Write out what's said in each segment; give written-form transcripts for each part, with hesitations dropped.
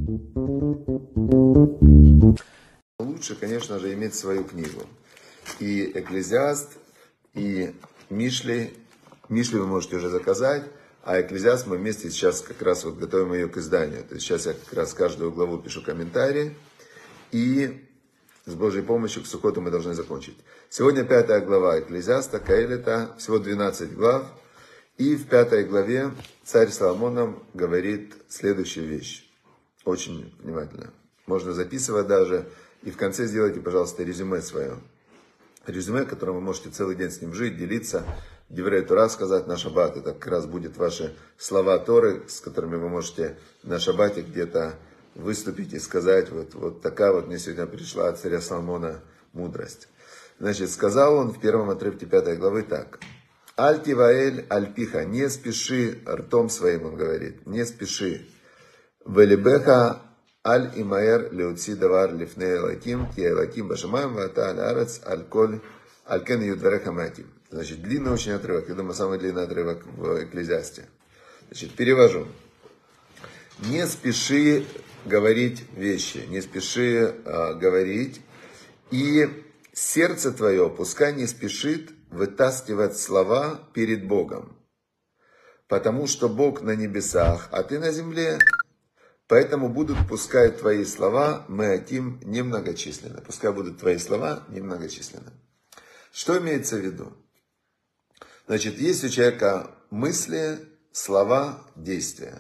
Лучше, конечно же, иметь свою книгу. И Экклезиаст, и Мишли. Мишли вы можете уже заказать, а Экклезиаст мы вместе сейчас как раз вот готовим ее к изданию. То есть сейчас я как раз каждую главу пишу комментарии. И с Божьей помощью к Суккоту мы должны закончить. Сегодня 5 глава Экклезиаста, Каэлита, всего 12 глав. И в 5 главе царь Соломон говорит следующую вещь. Очень внимательно. Можно записывать даже. И в конце сделайте, пожалуйста, резюме свое. Резюме, которым вы можете целый день с ним жить, делиться. Деврей Тора сказать на шаббат. Это как раз будет ваши слова Торы, с которыми вы можете на шаббате где-то выступить и сказать, вот такая вот мне сегодня пришла от царя Соломона мудрость. Значит, сказал он в первом отрывке 5 главы так. Аль тиваэль аль пиха, не спеши ртом своим, он говорит, не спеши. Велибеха аль имаэр леуци давар лифней элаким, ки элаким башамаем вата аль арец аль коль аль кен юдвареха матим. Значит, длинный очень отрывок, я думаю, самый длинный отрывок в Экклезиасте. Значит, перевожу. Не спеши говорить вещи, не спеши говорить, и сердце твое пускай не спешит вытаскивать слова перед Богом, потому что Бог на небесах, а ты на земле, поэтому будут пускай твои слова меатим немногочисленны, пускай будут твои слова немногочисленны. Что имеется в виду? Значит, есть у человека мысли, слова, действия.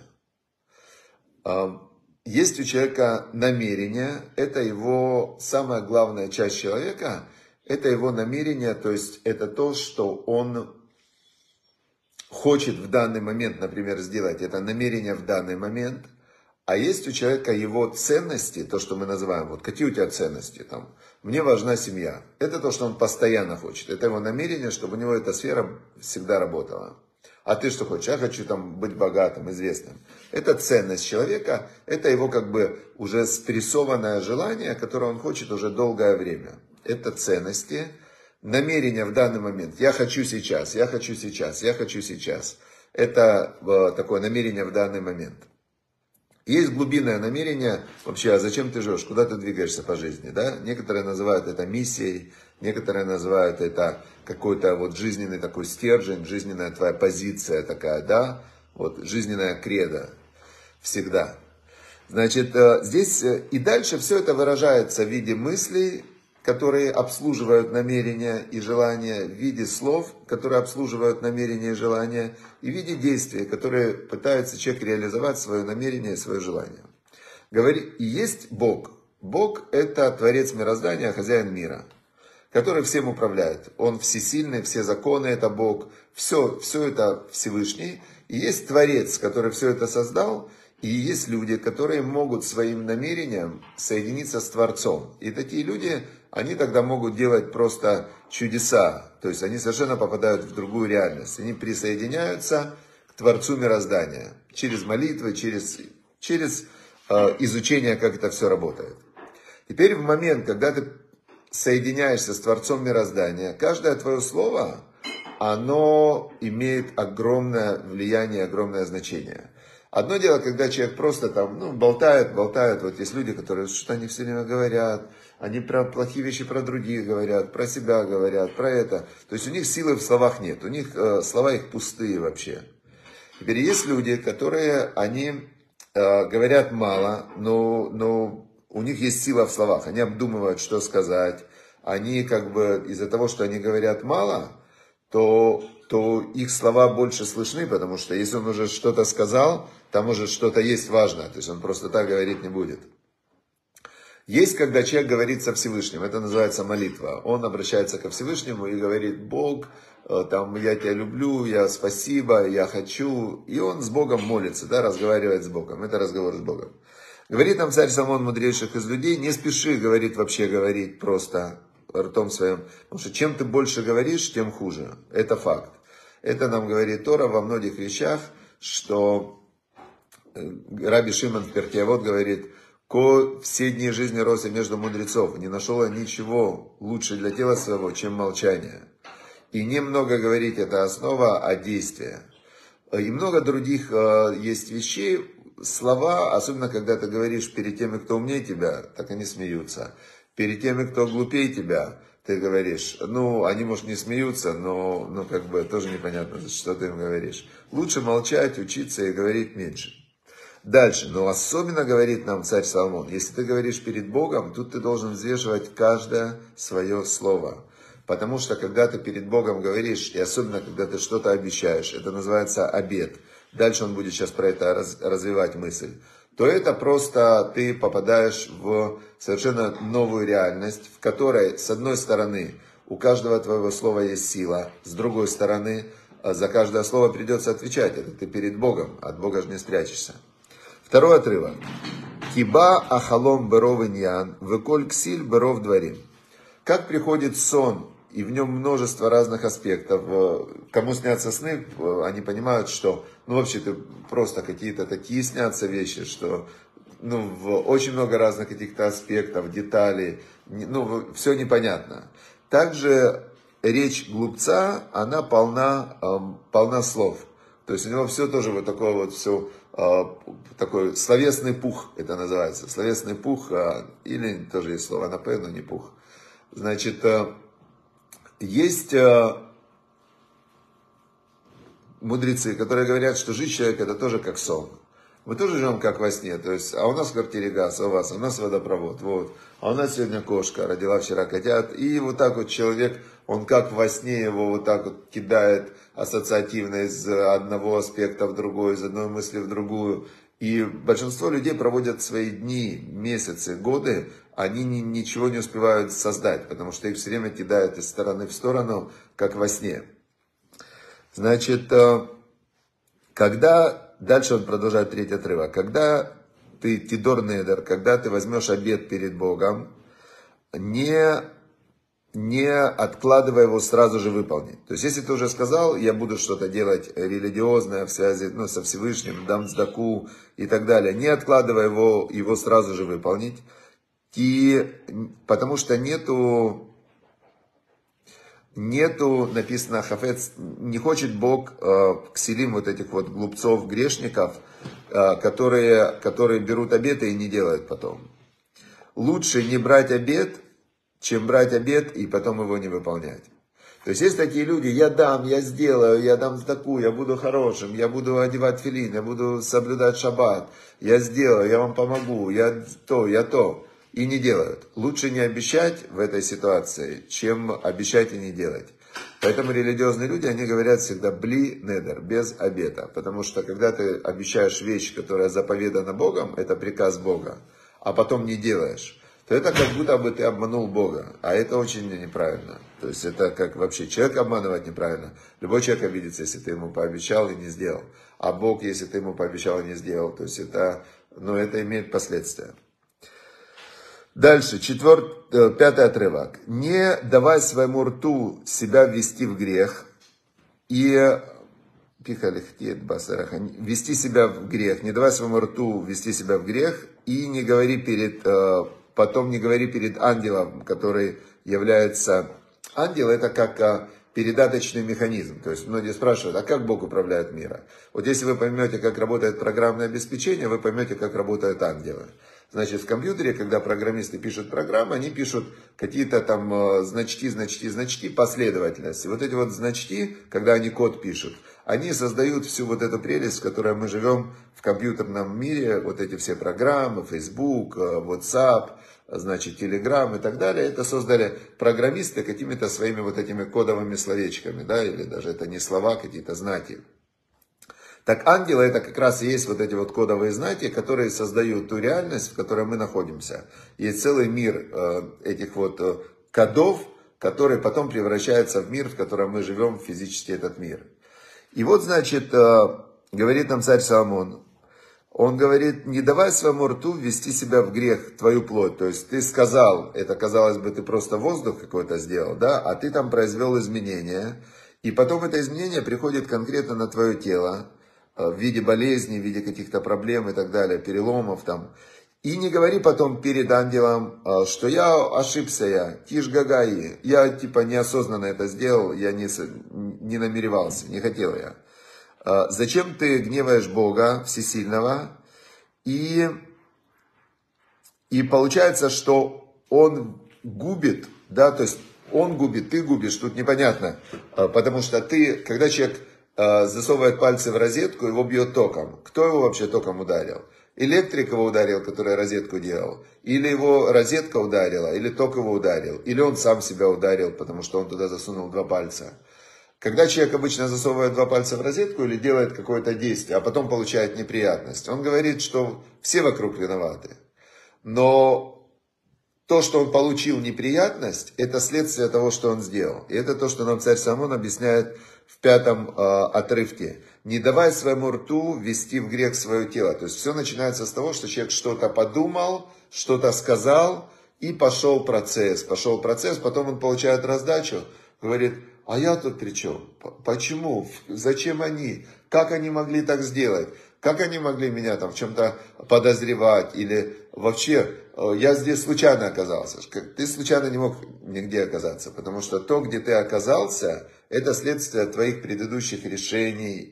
Есть у человека намерение, это его самая главная часть человека, это его намерение, то есть это то, что он хочет в данный момент, например, сделать, это намерение в данный момент. А есть у человека его ценности, то, что мы называем, вот какие у тебя ценности, там, мне важна семья, это то, что он постоянно хочет, это его намерение, чтобы у него эта сфера всегда работала. А ты что хочешь? Я хочу там быть богатым, известным. Это ценность человека, это его как бы уже спрессованное желание, которое он хочет уже долгое время. Это ценности, намерение в данный момент. Я хочу сейчас, я хочу сейчас, я хочу сейчас. Это такое намерение в данный момент. Есть глубинное намерение, вообще, а зачем ты живешь, куда ты двигаешься по жизни, да? Некоторые называют это миссией, некоторые называют это какой-то вот жизненный такой стержень, жизненная твоя позиция такая, да? Вот жизненная кредо всегда. Значит, здесь и дальше все это выражается в виде мыслей, которые обслуживают намерения и желания, в виде слов, которые обслуживают намерения и желания, и в виде действий, которые пытаются человек реализовать свое намерение и свое желание. И есть Бог. Бог – это Творец мироздания, хозяин мира, который всем управляет. Он всесильный, все законы – это Бог, все это Всевышний. И есть Творец, который все это создал, и есть люди, которые могут своим намерением соединиться с Творцом. И такие люди, они тогда могут делать просто чудеса. То есть они совершенно попадают в другую реальность. Они присоединяются к Творцу мироздания. Через молитвы, через изучение, как это все работает. Теперь в момент, когда ты соединяешься с Творцом мироздания, каждое твое слово, оно имеет огромное влияние, огромное значение. Одно дело, когда человек просто там, болтает, вот есть люди, которые что-то они все время говорят, они про плохие вещи про других говорят, про себя говорят, про это. То есть у них силы в словах нет, у них слова их пустые вообще. Теперь есть люди, которые, они говорят мало, но у них есть сила в словах, они обдумывают, что сказать, они как бы из-за того, что они говорят мало, то их слова больше слышны, потому что если он уже что-то сказал, там уже что-то есть важное, то есть он просто так говорить не будет. Есть, когда человек говорит со Всевышним, это называется молитва. Он обращается ко Всевышнему и говорит: Бог, там, я тебя люблю, я спасибо, я хочу. И он с Богом молится, да, разговаривает с Богом. Это разговор с Богом. Говорит нам царь Соломон, мудрейших из людей: не спеши, говорит, вообще говорить просто ртом своим. Потому что чем ты больше говоришь, тем хуже. Это факт. Это нам говорит Тора во многих вещах, что Раби Шимон в Перкей Авот говорит: все дни жизни рос я между мудрецов, не нашел я ничего лучше для тела своего, чем молчание. И немного говорить — это основа, а действие. И много других есть вещей, слова, особенно когда ты говоришь перед теми, кто умнее тебя, так они смеются. Перед теми, кто глупее тебя, ты говоришь, ну, они, может, не смеются, но как бы тоже непонятно, что ты им говоришь. Лучше молчать, учиться и говорить меньше. Дальше, но особенно говорит нам царь Соломон, если ты говоришь перед Богом, тут ты должен взвешивать каждое свое слово. Потому что когда ты перед Богом говоришь, и особенно когда ты что-то обещаешь, это называется обет. Дальше он будет сейчас про это развивать мысль. То это просто ты попадаешь в совершенно новую реальность, в которой, с одной стороны, у каждого твоего слова есть сила, с другой стороны, за каждое слово придется отвечать. Это ты перед Богом, от Бога же не спрячешься. Второй отрывок. Киба ахалом беров иньян, веколь ксиль беров дворим. Как приходит сон, и в нем множество разных аспектов. Кому снятся сны, они понимают, что, ну, вообще-то просто какие-то такие снятся вещи, что, ну, очень много разных каких-то аспектов, деталей, ну, все непонятно. Также речь глупца, она полна слов. То есть у него все тоже вот такое вот все, такой словесный пух, это называется. Словесный пух, или тоже есть слово на П, но не пух. Значит, есть мудрецы, которые говорят, что жизнь человека это тоже как сон. Мы тоже живем как во сне. То есть, а у нас в квартире газ, а у вас, а у нас водопровод. Вот. А у нас сегодня кошка, родила вчера котят. И вот так вот человек, он как во сне его вот так вот кидает ассоциативно из одного аспекта в другой, из одной мысли в другую. И большинство людей проводят свои дни, месяцы, годы, они ничего не успевают создать, потому что их все время кидают из стороны в сторону, как во сне. Значит, когда, дальше он продолжает третий отрывок, когда ты тидор недер, когда ты возьмешь обет перед Богом, не откладывая его, сразу же выполнить. То есть, если ты уже сказал, я буду что-то делать религиозное в связи, ну, со Всевышним, дам цдаку и так далее, не откладывая его сразу же выполнить, потому что нету, написано, хафец, не хочет Бог ксилим вот этих вот глупцов, грешников, которые берут обеты и не делают потом. Лучше не брать обет, чем брать обет и потом его не выполнять. То есть есть такие люди, я дам, я сделаю, я дам цдаку, я буду хорошим, я буду одевать филин, я буду соблюдать шаббат, я сделаю, я вам помогу, я то. И не делают. Лучше не обещать в этой ситуации, чем обещать и не делать. Поэтому религиозные люди, они говорят всегда бли недер, без обета. Потому что когда ты обещаешь вещь, которая заповедана Богом, это приказ Бога, а потом не делаешь, то это как будто бы ты обманул Бога. А это очень неправильно. То есть это как вообще человека обманывать неправильно. Любой человек обидится, если ты ему пообещал и не сделал. А Бог, если ты ему пообещал и не сделал. То есть это имеет последствия. Дальше, пятый отрывок. Не давай своему рту себя ввести в грех и вести себя в грех. Не давай своему рту ввести себя в грех и не говори потом не говори перед ангелом, который является... Ангел это как передаточный механизм. То есть многие спрашивают, а как Бог управляет миром? Вот если вы поймете, как работает программное обеспечение, вы поймете, как работают ангелы. Значит, в компьютере, когда программисты пишут программы, они пишут какие-то там значки, последовательности. Вот эти вот значки, когда они код пишут, они создают всю вот эту прелесть, в которой мы живем в компьютерном мире. Вот эти все программы, Facebook, WhatsApp, значит, Telegram и так далее. Это создали программисты какими-то своими вот этими кодовыми словечками, да, или даже это не слова, какие-то знаки. Так ангелы это как раз и есть вот эти вот кодовые знаки, которые создают ту реальность, в которой мы находимся. Есть целый мир этих вот кодов, который потом превращается в мир, в котором мы живем, физически этот мир. И вот, значит, говорит нам царь Соломон, он говорит, не давай своему рту ввести себя в грех, твою плоть. То есть ты сказал, это казалось бы, ты просто воздух какой-то сделал, да, а ты там произвел изменения. И потом это изменение приходит конкретно на твое тело, в виде болезней, в виде каких-то проблем и так далее, переломов там. И не говори потом перед ангелом, что я ошибся, тишь гагаи, я типа неосознанно это сделал, я не намеревался, не хотел я. Зачем ты гневаешь Бога Всесильного И получается, что он губит, да, то есть он губит, ты губишь, тут непонятно, потому что когда человек засовывает пальцы в розетку, его бьет током. Кто его вообще током ударил? Электрик его ударил, который розетку делал, или его розетка ударила, или ток его ударил, или он сам себя ударил, потому что он туда засунул 2 пальца. Когда человек обычно засовывает 2 пальца в розетку или делает какое-то действие, а потом получает неприятность, он говорит, что все вокруг виноваты. Но то, что он получил неприятность, это следствие того, что он сделал. И это то, что нам царь Соломон объясняет в 5 отрывке. Не давай своему рту ввести в грех свое тело. То есть все начинается с того, что человек что-то подумал, что-то сказал, и пошел процесс. Потом он получает раздачу, говорит, а я тут при чем? Почему? Зачем они? Как они могли так сделать? Как они могли меня там в чем-то подозревать? Или вообще, я здесь случайно оказался. Ты случайно не мог нигде оказаться, потому что то, где ты оказался, это следствие твоих предыдущих решений,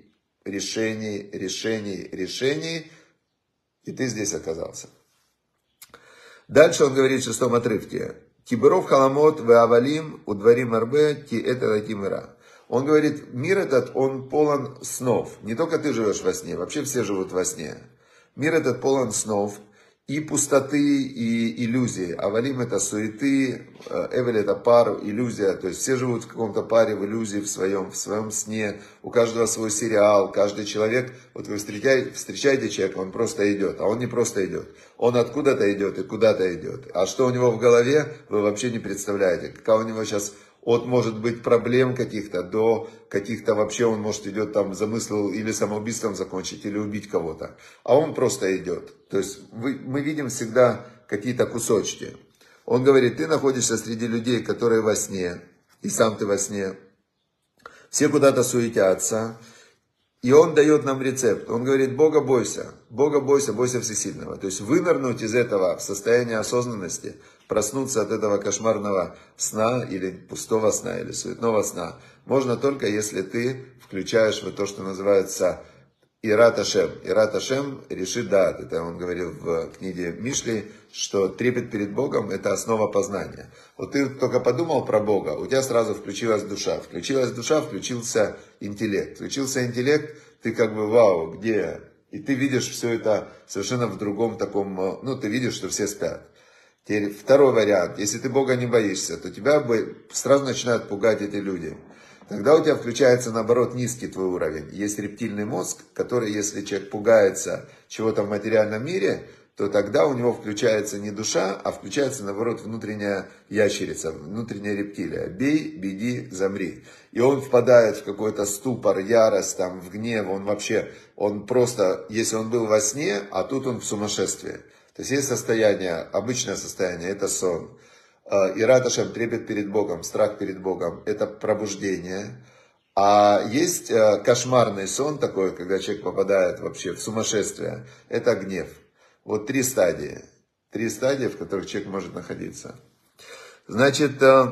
и ты здесь оказался. Дальше он говорит в 6 отрывке. Киберов халамот веавалим удварим арбе ки это кимера. Он говорит, мир этот, он полон снов. Не только ты живешь во сне, вообще все живут во сне. Мир этот полон снов и пустоты, и иллюзий. Авалим это суеты, эвель это пар, иллюзия. То есть все живут в каком-то паре, в иллюзии, в своем сне. У каждого свой сериал, каждый человек. Вот вы встречаете человека, он просто идет, а он не просто идет. Он откуда-то идет и куда-то идет. А что у него в голове, вы вообще не представляете. Какая у него сейчас от, может быть, проблем каких-то до каких-то вообще он, может, идет там, замыслил или самоубийством закончить, или убить кого-то. А он просто идет. То есть мы видим всегда какие-то кусочки. Он говорит, ты находишься среди людей, которые во сне, и сам ты во сне. Все куда-то суетятся. И он дает нам рецепт. Он говорит, Бога бойся, бойся Всесильного. То есть вынырнуть из этого в состояние осознанности, проснуться от этого кошмарного сна, или пустого сна, или суетного сна, можно только если ты включаешь вот то, что называется Ират Ашем. Ират Ашем решит дат. Это он говорил в книге Мишли, что трепет перед Богом это основа познания. Вот ты только подумал про Бога, у тебя сразу включилась душа. Включился интеллект. Ты как бы вау, где я? И ты видишь все это совершенно в другом таком, ты видишь, что все спят. Теперь второй вариант. Если ты Бога не боишься, то тебя сразу начинают пугать эти люди. Тогда у тебя включается, наоборот, низкий твой уровень. Есть рептильный мозг, который, если человек пугается чего-то в материальном мире, то тогда у него включается не душа, а включается, наоборот, внутренняя ящерица, внутренняя рептилия. Бей, беги, замри. И он впадает в какой-то ступор, ярость, там, в гнев. Он просто, если он был во сне, а тут он в сумасшествии. То есть есть состояние, обычное состояние, это сон. Ират Ашем, трепет перед Богом, страх перед Богом, это пробуждение. А есть кошмарный сон такой, когда человек попадает вообще в сумасшествие, это гнев. Вот 3 стадии. 3 стадии, в которых человек может находиться. Значит,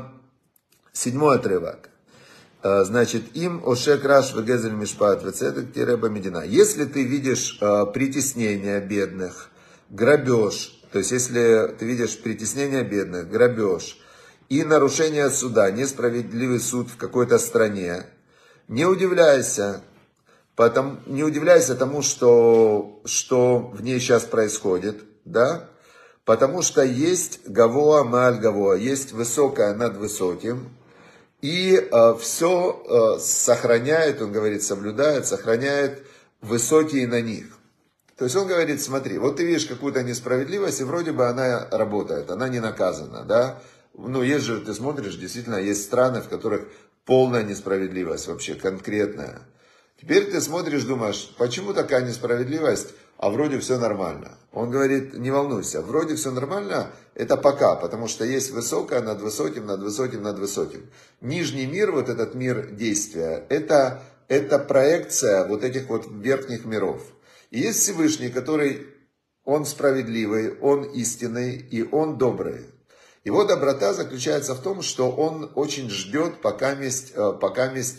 7 отрывок. Значит, им ошек раш вегезель мишпат вецедек тиреба медина. Если ты видишь притеснение бедных, грабеж, то есть если ты видишь притеснение бедных, грабеж и нарушение суда, несправедливый суд в какой-то стране, не удивляйся тому, что в ней сейчас происходит, да? Потому что есть гавоа мааль гавоа, есть высокое над высоким, и все сохраняет, он говорит, сохраняет высокие на них. То есть он говорит, смотри, вот ты видишь какую-то несправедливость, и вроде бы она работает, она не наказана, да? Есть же, ты смотришь, действительно, есть страны, в которых полная несправедливость вообще, конкретная. Теперь ты смотришь, думаешь, почему такая несправедливость, а вроде все нормально. Он говорит, не волнуйся, вроде все нормально, это пока, потому что есть высокое над высоким, над высоким, над высоким. Нижний мир, вот этот мир действия, это проекция вот этих вот верхних миров. И есть Всевышний, который, он справедливый, он истинный и он добрый. Его доброта заключается в том, что он очень ждет, пока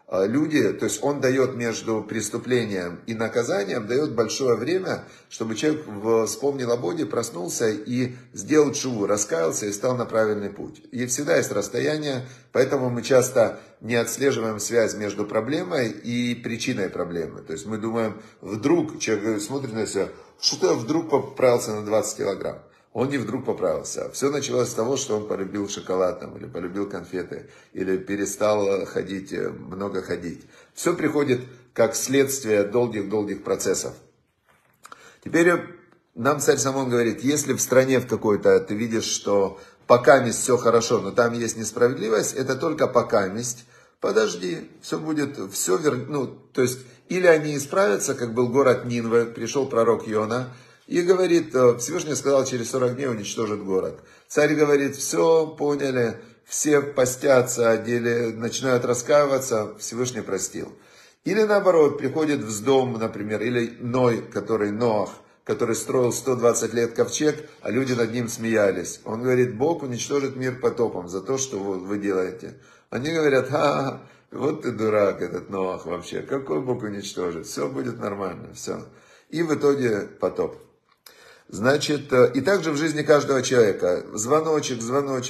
люди, то есть он дает между преступлением и наказанием, дает большое время, чтобы человек вспомнил о Боге, проснулся и сделал тшуву, раскаялся и стал на правильный путь. И всегда есть расстояние, поэтому мы часто не отслеживаем связь между проблемой и причиной проблемы. То есть мы думаем, вдруг человек смотрит на себя, что-то вдруг поправился на 20 килограмм. Он не вдруг поправился. Все началось с того, что он полюбил шоколад, или полюбил конфеты, или перестал ходить, много ходить. Все приходит как следствие долгих-долгих процессов. Теперь нам царь Соломон говорит, если в стране в какой-то ты видишь, что покаместь все хорошо, но там есть несправедливость, это только покаместь. Подожди, все будет, то есть, или они исправятся, как был город Нинве, пришел пророк Йона, и говорит, Всевышний сказал, через 40 дней уничтожит город. Царь говорит, все, поняли, все постятся, начинают раскаиваться, Всевышний простил. Или наоборот, приходит в дом, например, или Ноах, который строил 120 лет ковчег, а люди над ним смеялись. Он говорит, Бог уничтожит мир потопом за то, что вы делаете. Они говорят, вот ты дурак, этот Ноах вообще, какой Бог уничтожит, все будет нормально, все. И в итоге потоп. Значит, и также в жизни каждого человека. Звоночек,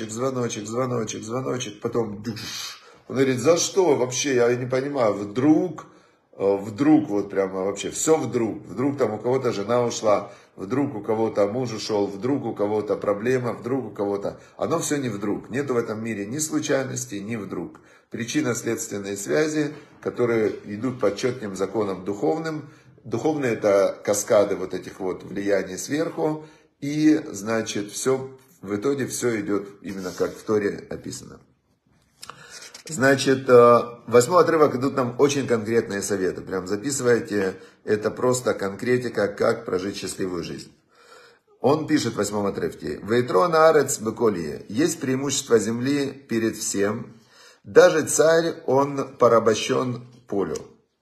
потом он говорит, за что вообще, я не понимаю, вдруг, вот прямо вообще, все вдруг там у кого-то жена ушла, вдруг у кого-то муж ушел, вдруг у кого-то проблема, вдруг у кого-то, оно все не вдруг, нету в этом мире ни случайностей, ни вдруг. Причинно-следственные связи, которые идут по четким законам духовным. Духовные это каскады вот этих вот влияний сверху. И, значит, в итоге все идет именно как в Торе описано. Значит, 8 отрывок идут нам очень конкретные советы. Прям записывайте, это просто конкретика, как прожить счастливую жизнь. Он пишет в 8 отрывке. «Вейтрон арец беколье». Есть преимущество земли перед всем. Даже царь, он порабощен полю.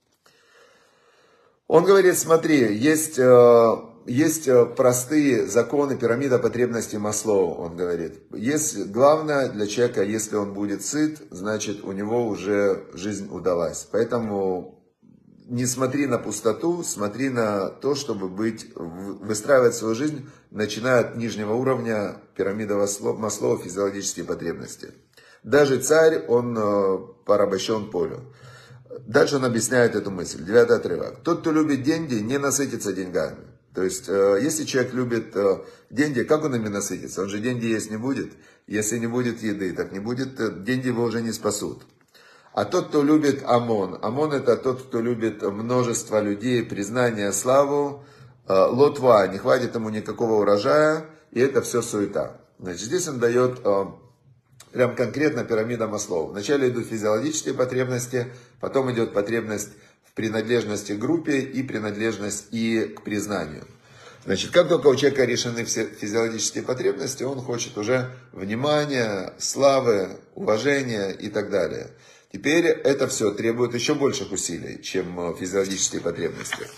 Он говорит, смотри, есть простые законы, пирамида потребностей Маслоу, он говорит. Главное для человека, если он будет сыт, значит у него уже жизнь удалась. Поэтому не смотри на пустоту, смотри на то, чтобы выстраивать свою жизнь, начиная от нижнего уровня пирамиды Маслоу, физиологические потребности. Даже царь, он порабощен полю. Дальше он объясняет эту мысль. 9 отрывок. Тот, кто любит деньги, не насытится деньгами. То есть, если человек любит деньги, как он ими насытится? Он же деньги есть не будет. Если не будет еды, так не будет, деньги его уже не спасут. А тот, кто любит омон. Омон это тот, кто любит множество людей, признание, славу. Лотва, не хватит ему никакого урожая. И это все суета. Значит, здесь он дает... Прям конкретно пирамида Маслоу. Вначале идут физиологические потребности, потом идет потребность в принадлежности к группе и принадлежность и к признанию. Значит, как только у человека решены все физиологические потребности, он хочет уже внимания, славы, уважения и так далее. Теперь это все требует еще больших усилий, чем физиологические потребности.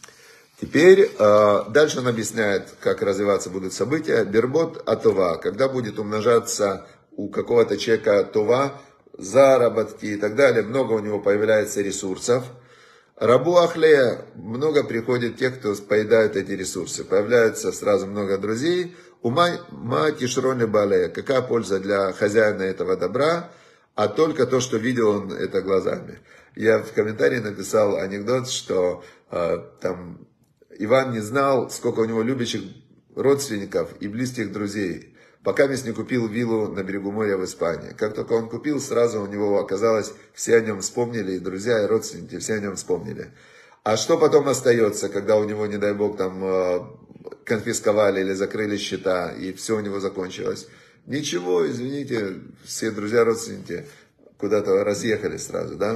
Теперь дальше он объясняет, как развиваться будут события. Бербот атова, когда будет умножаться у какого-то человека това, заработки и так далее, много у него появляется ресурсов. Рабу ахле, много приходит тех, кто поедает эти ресурсы. Появляется сразу много друзей. Ума тишроне бале, какая польза для хозяина этого добра, а только то, что видел он это глазами. Я в комментарии написал анекдот, что там Иван не знал, сколько у него любящих родственников и близких друзей, пока не купил виллу на берегу моря в Испании. Как только он купил, сразу у него оказалось, все о нем вспомнили, и друзья, и родственники, все о нем вспомнили. А что потом остается, когда у него, не дай бог, там конфисковали или закрыли счета, и все у него закончилось? Ничего, извините, все друзья, родственники куда-то разъехались сразу, да?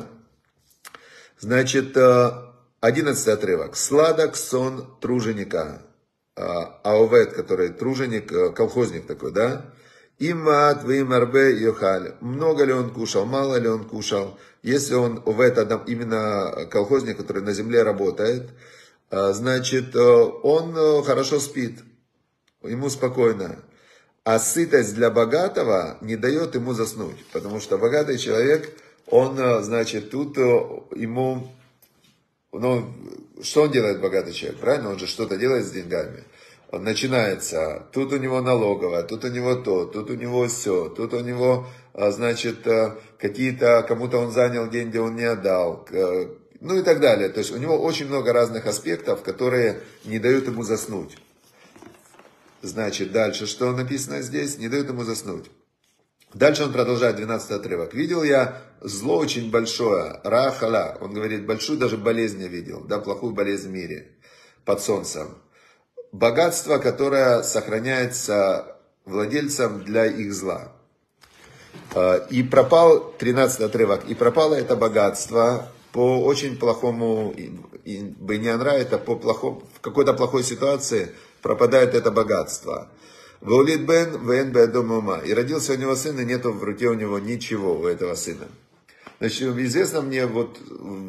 Значит, 11 отрывок. Сладок сон труженика. Аовет, который труженик, колхозник такой, да? Имат вимарбе йохаль. Много ли он кушал, мало ли он кушал. Если он овет, именно колхозник, который на земле работает, значит, он хорошо спит, ему спокойно. А сытость для богатого не дает ему заснуть. Потому что богатый человек, Он, значит, тут ему, ну, что он делает, богатый человек, правильно? Он же что-то делает с деньгами. Начинается, тут у него налоговая, тут у него то, тут у него все, тут у него, значит, какие-то, кому-то он занял деньги, он не отдал, ну и так далее. То есть у него очень много разных аспектов, которые не дают ему заснуть. Значит, дальше, что написано здесь, не дают ему заснуть. Дальше он продолжает 12 отрывок. Видел я зло очень большое, рахала, он говорит, большую даже болезнь я видел, да, плохую болезнь в мире, под солнцем. Богатство, которое сохраняется владельцам для их зла. И пропал, 13 отрывок, и пропало это богатство по очень плохому, бейнян-ра, это по плохому, в какой-то плохой ситуации пропадает это богатство. Ваулид бен вен беадом ума. И родился у него сын, и нету в руке у него ничего, у этого сына. Значит, известно мне, вот,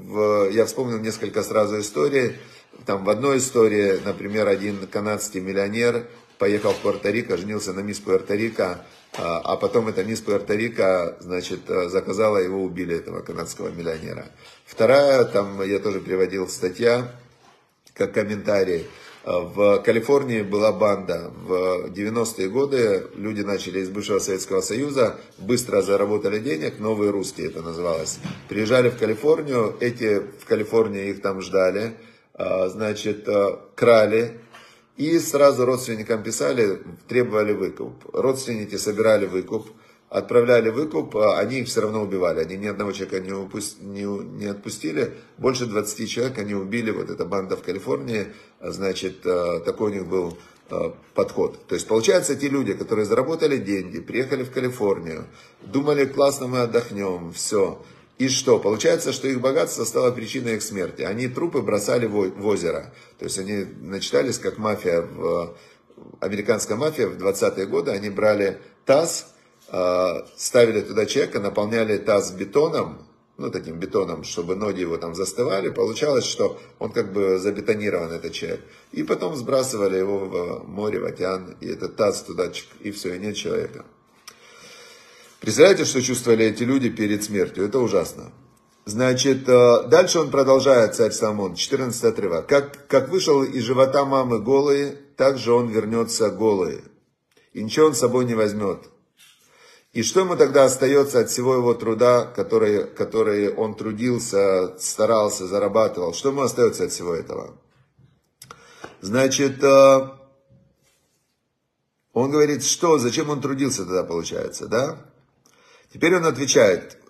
я вспомнил несколько сразу историй. Там в одной истории, например, один канадский миллионер поехал в Пуэрто-Рико, женился на мисс Пуэрто-Рико, а потом эта мисс Пуэрто-Рико, значит, заказала, его убили, этого канадского миллионера. Вторая, там я тоже приводил статья, как комментарий. В Калифорнии была банда. В 90-е годы люди начали из бывшего Советского Союза, быстро заработали денег, новые русские это называлось. Приезжали в Калифорнию, эти в Калифорнии их там ждали, значит, крали. И сразу родственникам писали, требовали выкуп. Родственники собирали выкуп, отправляли выкуп, они их все равно убивали. Они ни одного человека не отпустили. Больше 20 человек они убили, вот эта банда в Калифорнии. Значит, такой у них был подход. То есть, получается, те люди, которые заработали деньги, приехали в Калифорнию, думали, классно мы отдохнем, все. И что? Получается, что их богатство стало причиной их смерти. Они трупы бросали в озеро. То есть, они начитались, как мафия, американская мафия в 20-е годы. Они брали таз, ставили туда человека, наполняли таз бетоном, ну, таким бетоном, чтобы ноги его там застывали. Получалось, что он как бы забетонирован, этот человек. И потом сбрасывали его в море, в океан, и этот таз туда, и все, и нет человека. Представляете, что чувствовали эти люди перед смертью? Это ужасно. Значит, дальше он продолжает, царь Соломон, 14 отрывок. Как вышел из живота мамы голый, так же он вернется голый. И ничего он с собой не возьмет. И что ему тогда остается от всего его труда, который он трудился, старался, зарабатывал? Что ему остается от всего этого? Значит, он говорит, что, зачем он трудился тогда, получается, да? Теперь он отвечает,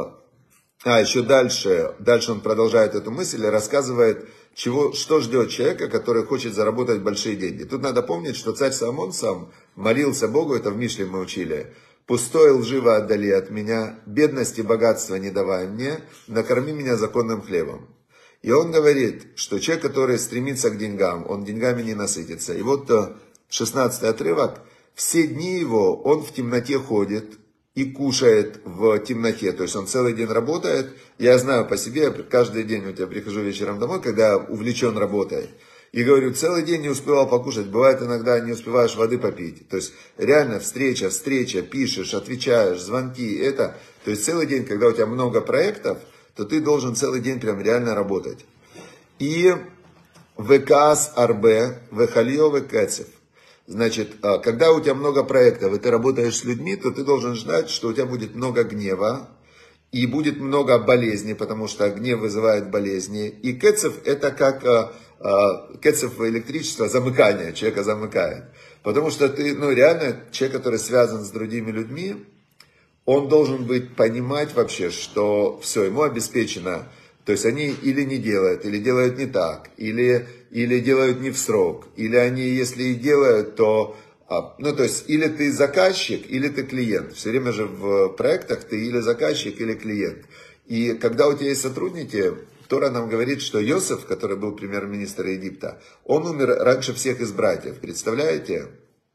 еще дальше он продолжает эту мысль и рассказывает, что ждет человека, который хочет заработать большие деньги. Тут надо помнить, что царь Соломон сам молился Богу, это в Мишле мы учили, «Пустой лживо отдали от меня, бедность и богатство не давай мне, накорми меня законным хлебом». И он говорит, что человек, который стремится к деньгам, он деньгами не насытится. И вот 16-й отрывок, все дни его он в темноте ходит и кушает в темноте. То есть он целый день работает. Я знаю по себе, каждый день я прихожу вечером домой, когда увлечен работой. И говорю, целый день не успевал покушать. Бывает иногда не успеваешь воды попить. То есть реально встреча, пишешь, отвечаешь, звонки, это. То есть целый день, когда у тебя много проектов, то ты должен целый день прям реально работать. И векас арбе, вехальё векецев. Значит, когда у тебя много проектов, и ты работаешь с людьми, то ты должен знать, что у тебя будет много гнева, и будет много болезней, потому что гнев вызывает болезни. И кецев это как кецев электричество, замыкание, человека замыкает. Потому что ты, реально, человек, который связан с другими людьми, он должен понимать вообще, что все, ему обеспечено. То есть они или не делают, или делают не так, или делают не в срок, или они, если и делают, то, то есть, или ты заказчик, или ты клиент. Все время же в проектах ты или заказчик, или клиент. И когда у тебя есть сотрудники, Тора нам говорит, что Йосеф, который был премьер-министр Египта, он умер раньше всех из братьев. Представляете?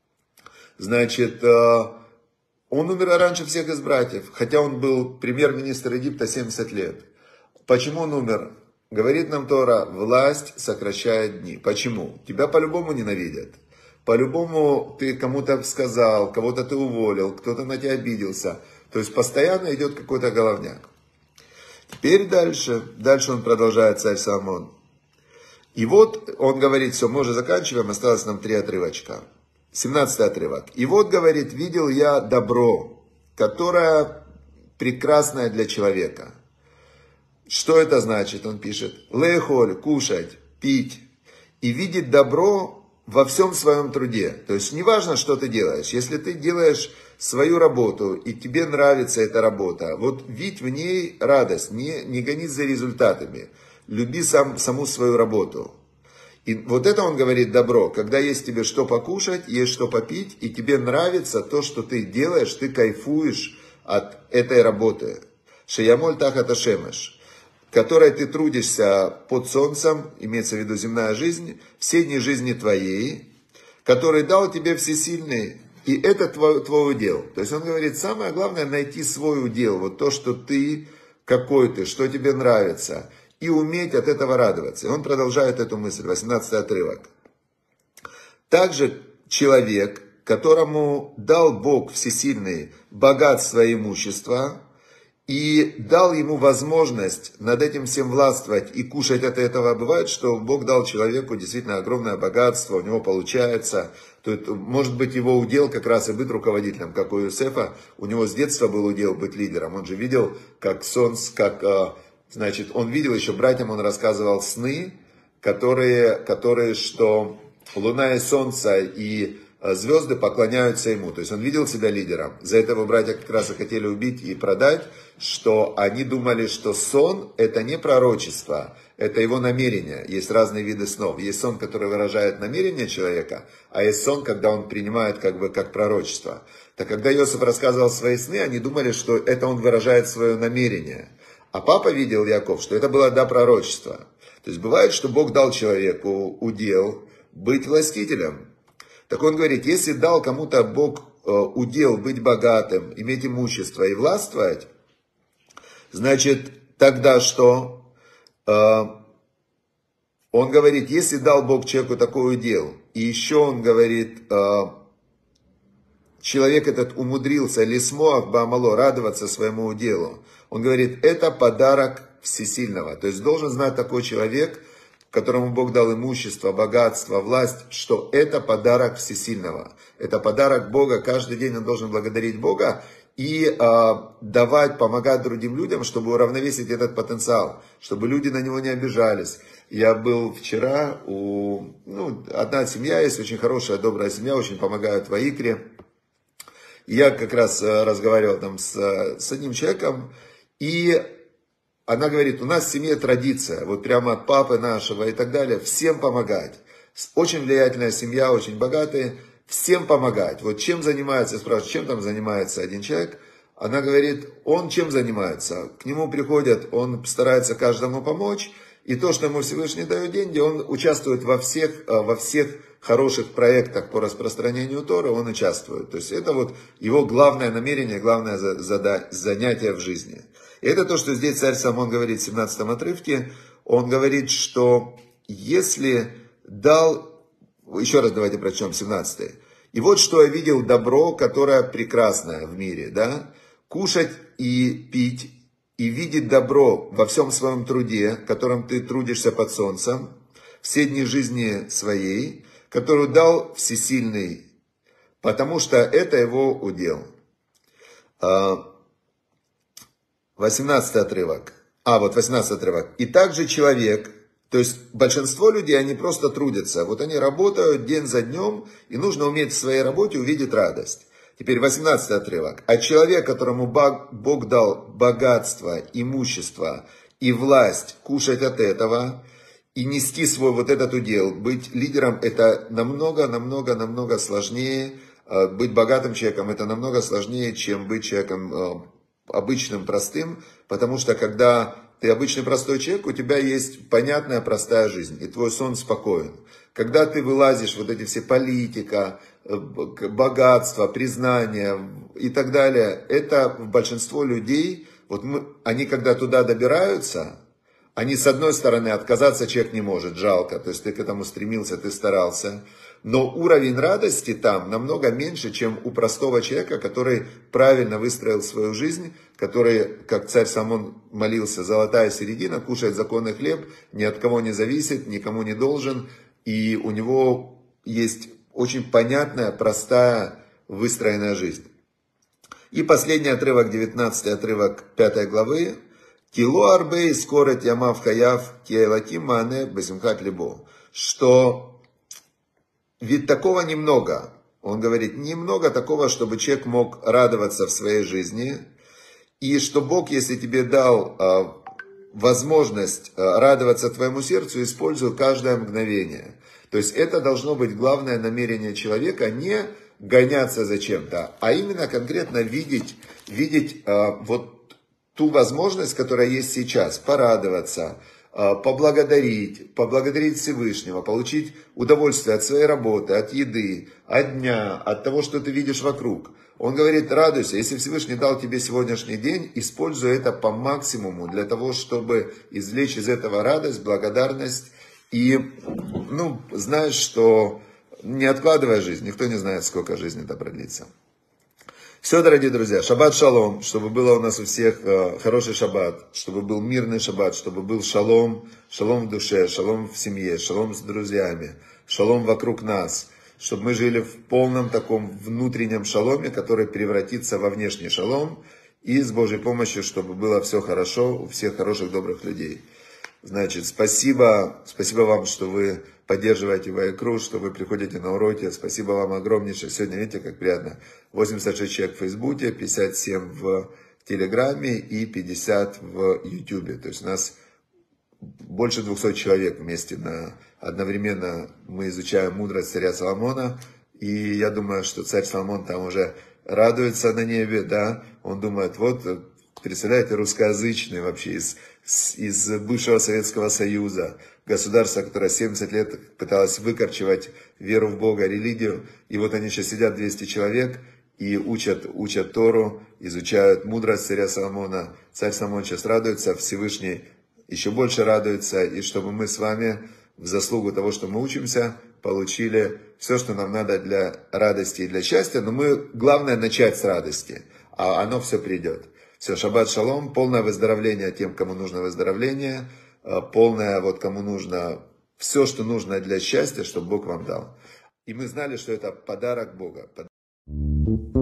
Значит, он умер раньше всех из братьев, хотя он был премьер-министр Египта 70 лет. Почему он умер? Говорит нам Тора, власть сокращает дни. Почему? Тебя по-любому ненавидят. По-любому ты кому-то сказал, кого-то ты уволил, кто-то на тебя обиделся. То есть постоянно идет какой-то головняк. Теперь дальше он продолжает, царь Соломон. И вот он говорит, все, мы уже заканчиваем, осталось нам 3 отрывочка. 17 отрывок. И вот, говорит, видел я добро, которое прекрасное для человека. Что это значит? Он пишет, лехоль, кушать, пить. И видеть добро во всем своем труде. То есть неважно, что ты делаешь. Если ты делаешь свою работу, и тебе нравится эта работа, вот видь в ней радость, не гонись за результатами. Люби саму свою работу. И вот это он говорит добро, когда есть тебе что покушать, есть что попить, и тебе нравится то, что ты делаешь, ты кайфуешь от этой работы. Шеямоль тахат ашемеш, которой ты трудишься под солнцем, имеется в виду земная жизнь, все дни жизни твоей, который дал тебе всесильный, и это твой удел. То есть он говорит, самое главное найти свой удел, вот то, что ты, какой ты, что тебе нравится, и уметь от этого радоваться. И он продолжает эту мысль, 18 отрывок. Также человек, которому дал Бог всесильный богатство и имущество, и дал ему возможность над этим всем властвовать и кушать от этого. Бывает, что Бог дал человеку действительно огромное богатство, у него получается. То есть, может быть, его удел как раз и быть руководителем, как у Иосифа. У него с детства был удел быть лидером. Он же видел, как солнце, значит, он видел еще братьям, он рассказывал сны, которые, что луна и солнце и звезды поклоняются ему. То есть он видел себя лидером. За это его братья как раз и хотели убить и продать, что они думали, что сон это не пророчество, это его намерение. Есть разные виды снов. Есть сон, который выражает намерение человека, а есть сон, когда он принимает как пророчество. Так когда Иосиф рассказывал свои сны, они думали, что это он выражает свое намерение. А папа видел, Яков, что это было до пророчества. То есть бывает, что Бог дал человеку удел быть властителем. Так он говорит, если дал кому-то Бог удел быть богатым, иметь имущество и властвовать, значит, тогда что? Он говорит, если дал Бог человеку такой удел, и еще он говорит, человек этот умудрился лисмоах баамало, радоваться своему уделу, он говорит, это подарок всесильного. То есть должен знать такой человек, которому Бог дал имущество, богатство, власть, что это подарок всесильного. Это подарок Бога. Каждый день он должен благодарить Бога и давать, помогать другим людям, чтобы уравновесить этот потенциал, чтобы люди на него не обижались. Я был вчера одна семья есть, очень хорошая, добрая семья, очень помогают в Аикре. Я как раз разговаривал там с одним человеком, и она говорит, у нас в семье традиция, вот прямо от папы нашего и так далее, всем помогать. Очень влиятельная семья, очень богатая, всем помогать. Вот чем занимается, я спрашиваю, чем там занимается один человек? Она говорит, он чем занимается? К нему приходят, он старается каждому помочь, и то, что ему Всевышний дает деньги, он участвует во всех хороших проектах по распространению Торы, он участвует. То есть это вот его главное намерение, главное занятие в жизни. И это то, что здесь царь Соломон говорит в 17 отрывке. Он говорит, что если дал... Еще раз давайте прочтем 17. И вот что я видел добро, которое прекрасное в мире. Да? Кушать и пить, и видеть добро во всем своем труде, которым ты трудишься под солнцем, все дни жизни своей, которую дал всесильный, потому что это его удел. 18 отрывок. 18 отрывок. И также человек, то есть большинство людей, они просто трудятся. Вот они работают день за днем, и нужно уметь в своей работе увидеть радость. Теперь 18 отрывок. А человек, которому Бог дал богатство, имущество и власть кушать от этого, и нести свой вот этот удел, быть лидером, это намного сложнее. Быть богатым человеком, это намного сложнее, чем быть человеком обычным, простым, потому что когда ты обычный простой человек, у тебя есть понятная простая жизнь, и твой сон спокоен. Когда ты вылазишь, вот эти все политика, богатство, признание и так далее, это большинство людей, они когда туда добираются, они с одной стороны отказаться человек не может, жалко, то есть ты к этому стремился, ты старался. но уровень радости там намного меньше, чем у простого человека, который правильно выстроил свою жизнь, который, как царь Соломон молился, золотая середина, кушает законный хлеб, ни от кого не зависит, никому не должен, и у него есть очень понятная, простая, выстроенная жизнь. И последний отрывок, 19 отрывок 5 главы. «Кило арбей скорет ямав хаяв киэлаким мане басимхат либо». Что ведь такого немного. Он говорит, немного такого, чтобы человек мог радоваться в своей жизни. И что Бог, если тебе дал возможность радоваться твоему сердцу, используй каждое мгновение. То есть это должно быть главное намерение человека, не гоняться за чем-то, а именно конкретно видеть вот ту возможность, которая есть сейчас, порадоваться, поблагодарить Всевышнего, получить удовольствие от своей работы, от еды, от дня, от того, что ты видишь вокруг. Он говорит, радуйся, если Всевышний дал тебе сегодняшний день, используй это по максимуму для того, чтобы извлечь из этого радость, благодарность и, знаешь, что не откладывай жизнь, никто не знает, сколько жизни это продлится. Все, дорогие друзья, шаббат шалом, чтобы было у нас у всех хороший шаббат, чтобы был мирный шаббат, чтобы был шалом, шалом в душе, шалом в семье, шалом с друзьями, шалом вокруг нас, чтобы мы жили в полном таком внутреннем шаломе, который превратится во внешний шалом, и с Божьей помощью, чтобы было все хорошо у всех хороших, добрых людей. Значит, спасибо вам, что вы поддерживаете Вайкру, что вы приходите на уроки. Спасибо вам огромнейшее. Сегодня, видите, как приятно. 86 человек в Фейсбуке, 57 в Телеграме и 50 в Ютубе. То есть у нас больше 200 человек вместе одновременно мы изучаем мудрость царя Соломона. И я думаю, что царь Соломон там уже радуется на небе, да. Он думает, вот, представляете, русскоязычный вообще из бывшего Советского Союза, государство, которое 70 лет пыталось выкорчевать веру в Бога, религию, и вот они сейчас сидят 200 человек и учат Тору, изучают мудрость царя Соломона. Царь Соломон сейчас радуется, Всевышний еще больше радуется, и чтобы мы с вами в заслугу того, что мы учимся, получили все, что нам надо для радости и для счастья, но главное начать с радости, а оно все придет. Все, шаббат шалом, полное выздоровление тем, кому нужно выздоровление, полное кому нужно все, что нужно для счастья, чтобы Бог вам дал. И мы знали, что это подарок Бога.